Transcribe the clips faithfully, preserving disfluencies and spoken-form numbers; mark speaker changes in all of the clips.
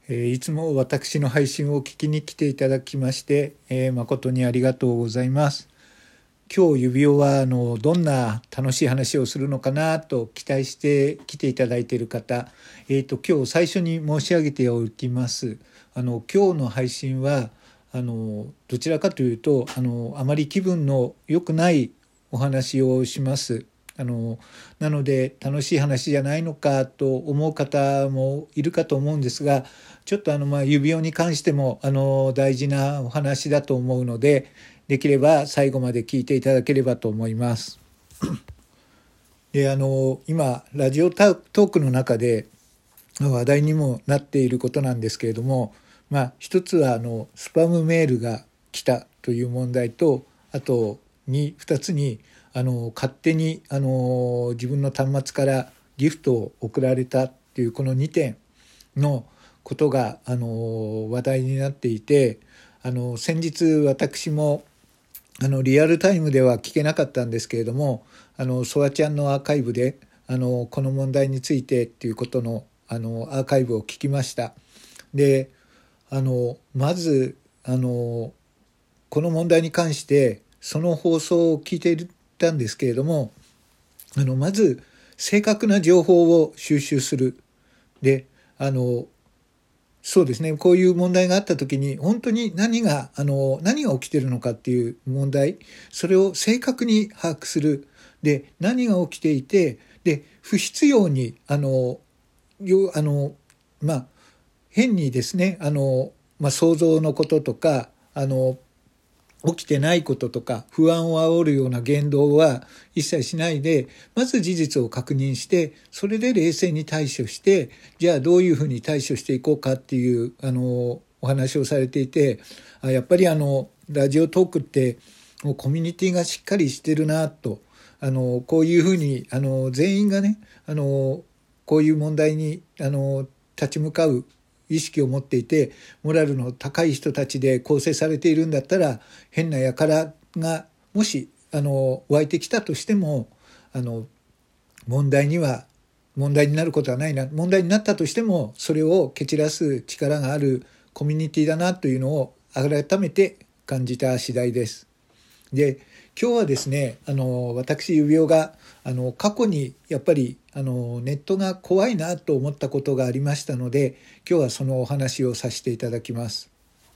Speaker 1: えーいつも私の配信を聞きに来ていただきまして、えー誠にありがとうございます。今日指輪はあのどんな楽しい話をするのかなと期待して来ていただいている方、えーと今日最初に申し上げておきます。あの今日の配信はあのどちらかというとあのあまり気分の良くないお話をします。あのなので楽しい話じゃないのかと思う方もいるかと思うんですが、ちょっとあのまあ指輪に関してもあの大事なお話だと思うので、できれば最後まで聞いていただければと思います。であの今ラジオトークの中で話題にもなっていることなんですけれども、まあ一つはあのスパムメールが来たという問題と、あとに二つにあの勝手にあの自分の端末からギフトを送られたっていうこのにてんのことがあの話題になっていて、あの先日私もあのリアルタイムでは聞けなかったんですけれども、あのソワちゃんのアーカイブであのこの問題についてっていうことのあのアーカイブを聞きました。であのまずあのこの問題に関してその放送を聞いていたんですけれども、あのまず正確な情報を収集する。であのそうですね、こういう問題があった時に本当に何があの何が起きているのかっていう問題、それを正確に把握する。で何が起きていて、で不必要にあのよあのまあ変にですね、あの、まあ、想像のこととかあの起きてないこととか不安を煽るような言動は一切しないで、まず事実を確認して、それで冷静に対処して、じゃあどういうふうに対処していこうかっていうあのお話をされていて、あやっぱりあのラジオトークってもうコミュニティがしっかりしてるなと、あのこういうふうにあの全員がね、あのこういう問題にあの立ち向かう意識を持っていて、モラルの高い人たちで構成されているんだったら、変な輩がもしあの湧いてきたとしてもあの問題には問題になることはないな、問題になったとしてもそれを蹴散らす力があるコミュニティだなというのを改めて感じた次第です。で今日はですね、あの私指輪があの過去にやっぱりあのネットが怖いなと思ったことがありましたので、今日はそのお話をさせていただきます。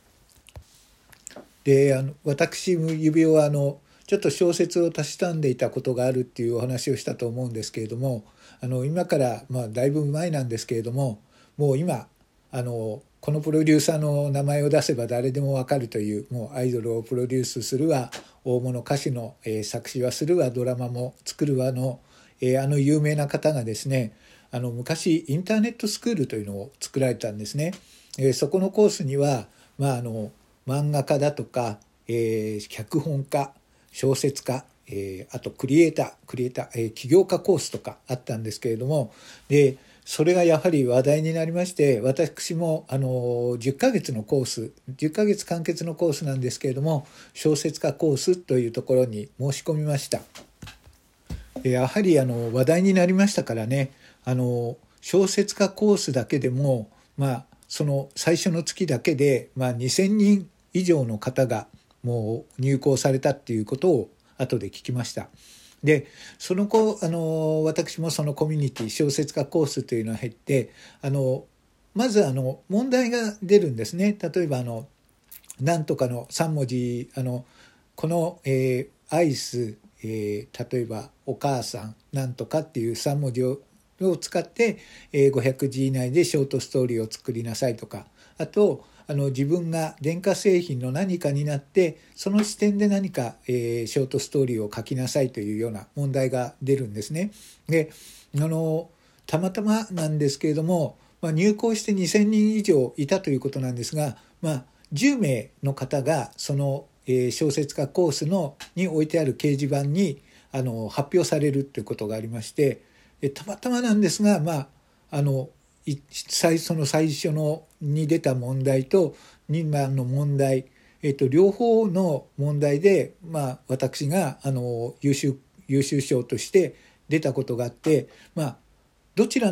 Speaker 1: であの私指輪はあのちょっと小説をたしなんでいたことがあるっていうお話をしたと思うんですけれども、あの今からまあだいぶ前なんですけれども、もう今あのこのプロデューサーの名前を出せば誰でもわかるという、もうアイドルをプロデュースするわ、大物歌手の、えー、作詞はするわ、ドラマも作るわの、えー、あの有名な方がですね、あの昔インターネットスクールというのを作られたんですね。えー、そこのコースには、まあ、あの漫画家だとか、えー、脚本家、小説家、えー、あとクリエイター、クリエイター、えー、起業家コースとかあったんですけれども、でそれがやはり話題になりまして、私もあのじゅっかげつのコース、じゅっかげつ完結のコースなんですけれども、小説家コースというところに申し込みました。でやはりあの話題になりましたからね、あの小説家コースだけでも、まあ、その最初の月だけで、まあ、にせんにん以上の方がもう入校されたっていうことを後で聞きました。でその子あの私もそのコミュニティ小説家コースというのが入って、あのまずあの問題が出るんですね。例えばあのなんとかのさん文字、あのこの、えー、アイス、えー、例えばお母さんなんとかっていうさん文字をを使って、えー、ごひゃくじ以内でショートストーリーを作りなさいとか、あとあの自分が電化製品の何かになってその視点で何か、えー、ショートストーリーを書きなさいというような問題が出るんですね。であのたまたまなんですけれども、まあ、入校してにせんにん以上いたということなんですが、まあ、じゅうめいの方がその、えー、小説家コースのに置いてある掲示板にあの発表されるということがありまして、でたまたまなんですが、まああの最初の最初のに出た問題とにばんの問題、えっと、両方の問題で、まあ、私があの優秀優秀賞として出たことがあって、まあ、どちらの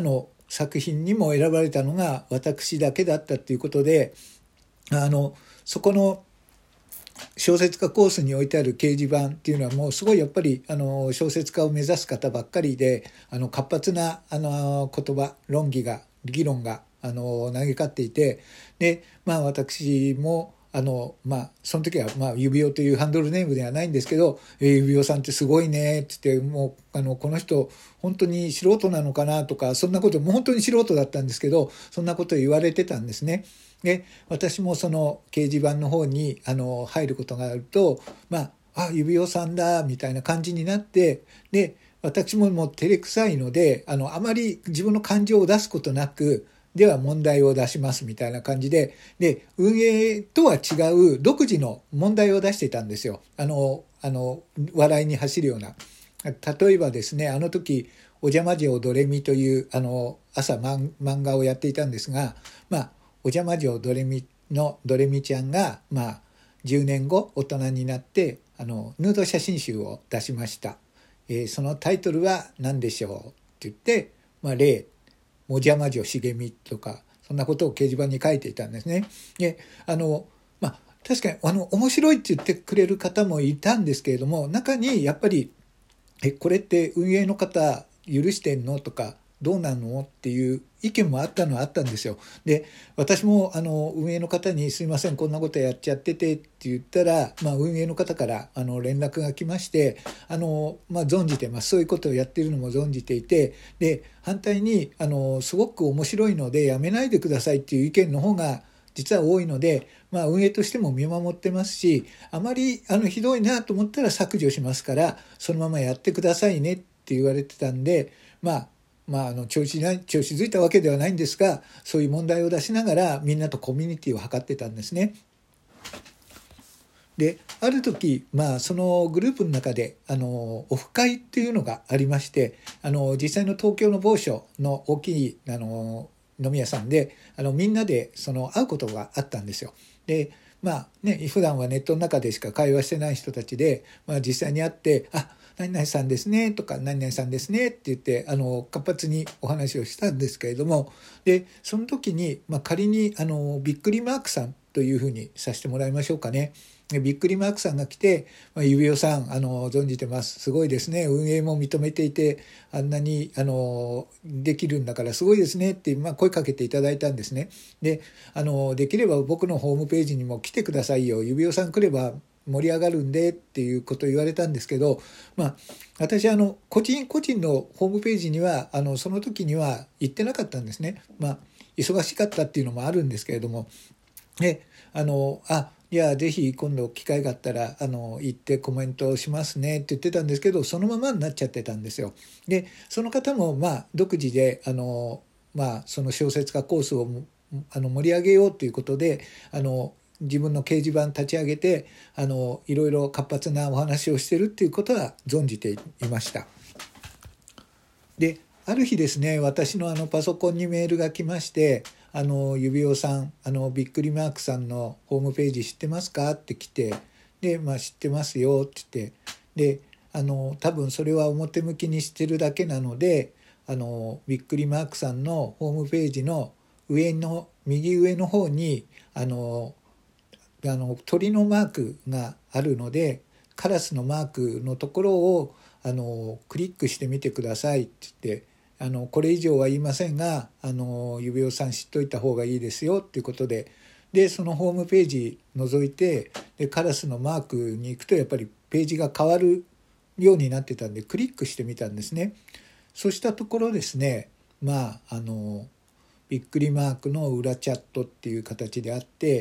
Speaker 1: 作品にも選ばれたのが私だけだったということで、あのそこの小説家コースに置いてある掲示板っていうのはもうすごいやっぱりあの小説家を目指す方ばっかりで、あの活発なあの言葉論議が議論があの投げ交っていて、でまあ私もあのまあその時はまあ指輪というハンドルネームではないんですけど、えー、指輪さんってすごいねって言って、もうあのこの人本当に素人なのかなとか、そんなこともう本当に素人だったんですけど、そんなことを言われてたんですね。で私もその掲示板の方にあの入ることがあると、まああ指輪さんだみたいな感じになって、で私ももう照れくさいので、あのあまり自分の感情を出すことなく、では問題を出しますみたいな感じで、で運営とは違う独自の問題を出していたんですよ。あのあの笑いに走るような。例えばですね、あの時お邪魔女ドレミというあの朝漫画をやっていたんですが、まあお邪魔女ドレミのドレミちゃんが、まあ、じゅうねんご大人になってあのヌード写真集を出しました。えー、そのタイトルは何でしょうって言って、まあ、例もじゃまじょ茂みとかそんなことを掲示板に書いていたんですね。であの、まあ、確かにあの面白いって言ってくれる方もいたんですけれども、中にやっぱりえこれって運営の方許してんのとかどうなのっていう意見もあったのはあったんですよ。で私もあの運営の方にすいませんこんなことやっちゃっててって言ったら、まあ、運営の方からあの連絡が来まして、あの、まあ、存じてます、そういうことをやっているのも存じていて、で反対にあのすごく面白いのでやめないでくださいっていう意見の方が実は多いので、まあ、運営としても見守ってますし、あまりあのひどいなと思ったら削除しますからそのままやってくださいねって言われてたんで、まあまあ、あの調子な調子づいたわけではないんですが、そういう問題を出しながらみんなとコミュニティを図ってたんですね。である時、まあ、そのグループの中であのオフ会っていうのがありまして、あの実際の東京の某所の大きいあの飲み屋さんであのみんなでその会うことがあったんですよ。でまあね、普段はネットの中でしか会話してない人たちで、まあ、実際に会って「あ何々さんですね」とか「何々さんですね」って言ってあの活発にお話をしたんですけれども、でその時に、まあ、仮にあのびっくりマークさんというふうにさせてもらいましょうかね。びっくりマークさんが来て「まあ、指輪さんあの存じてます、すごいですね、運営も認めていてあんなにあのできるんだからすごいですね」って、まあ、声かけていただいたんですね。であのできれば僕のホームページにも来てくださいよ、指輪さん来れば盛り上がるんでっていうことを言われたんですけど、まあ私あの個人個人のホームページにはあのその時には行ってなかったんですね。まあ忙しかったっていうのもあるんですけれども、であのあいやぜひ今度機会があったらあの行ってコメントしますねって言ってたんですけど、そのままになっちゃってたんですよ。でその方もまあ独自であの、まあ、その小説家コースをあの盛り上げようということであの自分の掲示板立ち上げてあのいろいろ活発なお話をしてるっていうことは存じていました。である日ですね、私のあのパソコンにメールが来まして、あの指輪さんあのびっくりマークさんのホームページ知ってますかって来て、で、まあ、知ってますよって言って、であの多分それは表向きにしてるだけなので、あのびっくりマークさんのホームページの上の右上の方にあのあの鳥のマークがあるので、カラスのマークのところをあのクリックしてみてくださいって言って、あのこれ以上は言いませんがあの指輪さん知っといた方がいいですよっていうことで、でそのホームページ覗いて、でカラスのマークに行くとやっぱりページが変わるようになってたんでクリックしてみたんですね。そうしたところですね、まああのびっくりマークの裏チャットっていう形であって、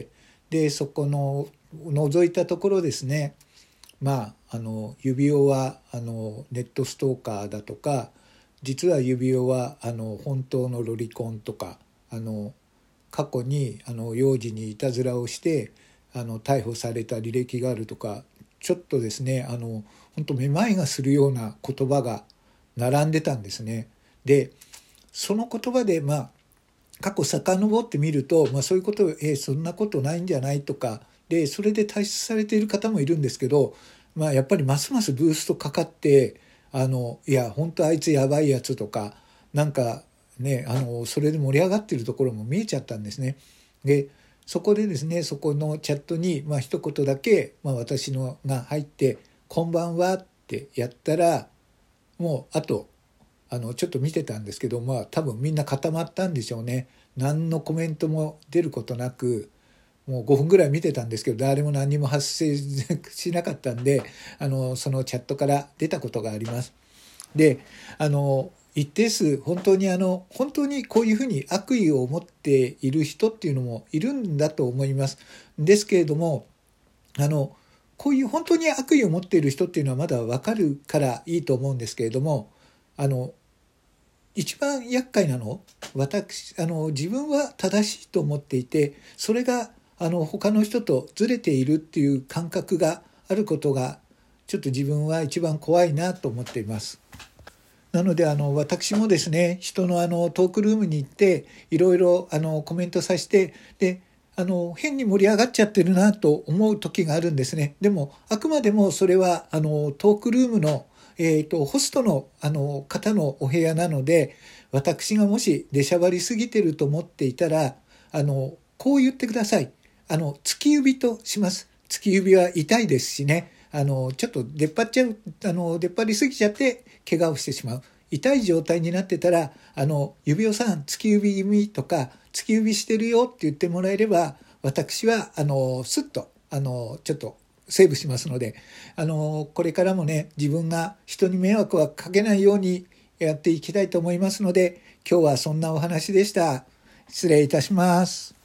Speaker 1: でそこの覗いたところですね、まああの指輪はあのネットストーカーだとか、実は指輪はあの本当のロリコンとか、あの過去にあの幼児にいたずらをしてあの逮捕された履歴があるとか、ちょっとですねあの本当めまいがするような言葉が並んでたんですね。でその言葉でまあ過去遡ってみると、まあ、そういうことえー、そんなことないんじゃないとかで、それで退出されている方もいるんですけど、まあ、やっぱりますますブーストかかって、あのいや本当あいつやばいやつとか、なんかね、あのそれで盛り上がっているところも見えちゃったんですね。でそこでですね、そこのチャットに、まあ、一言だけ、まあ、私のが入って「こんばんは」ってやったら、もうあとあのちょっと見てたんですけど、まあ多分みんな固まったんでしょうね。何のコメントも出ることなく、もうごふんぐらい見てたんですけど、誰も何にも発生しなかったんで、あのそのチャットから出たことがあります。で、あの一定数本当にあの本当にこういうふうに悪意を持っている人っていうのもいるんだと思います。ですけれども、あのこういう本当に悪意を持っている人っていうのはまだ分かるからいいと思うんですけれども、あの一番厄介なの、私あの自分は正しいと思っていて、それがあの他の人とずれているっていう感覚があることが、ちょっと自分は一番怖いなと思っています。なのであの私もですね、人のあのトークルームに行っていろいろあのコメントさせて、であの変に盛り上がっちゃってるなと思う時があるんですね。でもあくまでもそれはあのトークルームのえーと、ホストの、あの方のお部屋なので、私がもし出しゃばりすぎてると思っていたら、あのこう言ってください。あの突き指とします。突き指は痛いですしね、あのちょっと出っ張っちゃう、あの出っ張りすぎちゃって怪我をしてしまう。痛い状態になってたら、あの指輪さん突き指気味とか突き指してるよって言ってもらえれば、私はあのスッとあのちょっとセーブしますので、あのこれからもね、自分が人に迷惑はかけないようにやっていきたいと思いますので、今日はそんなお話でした。失礼いたします。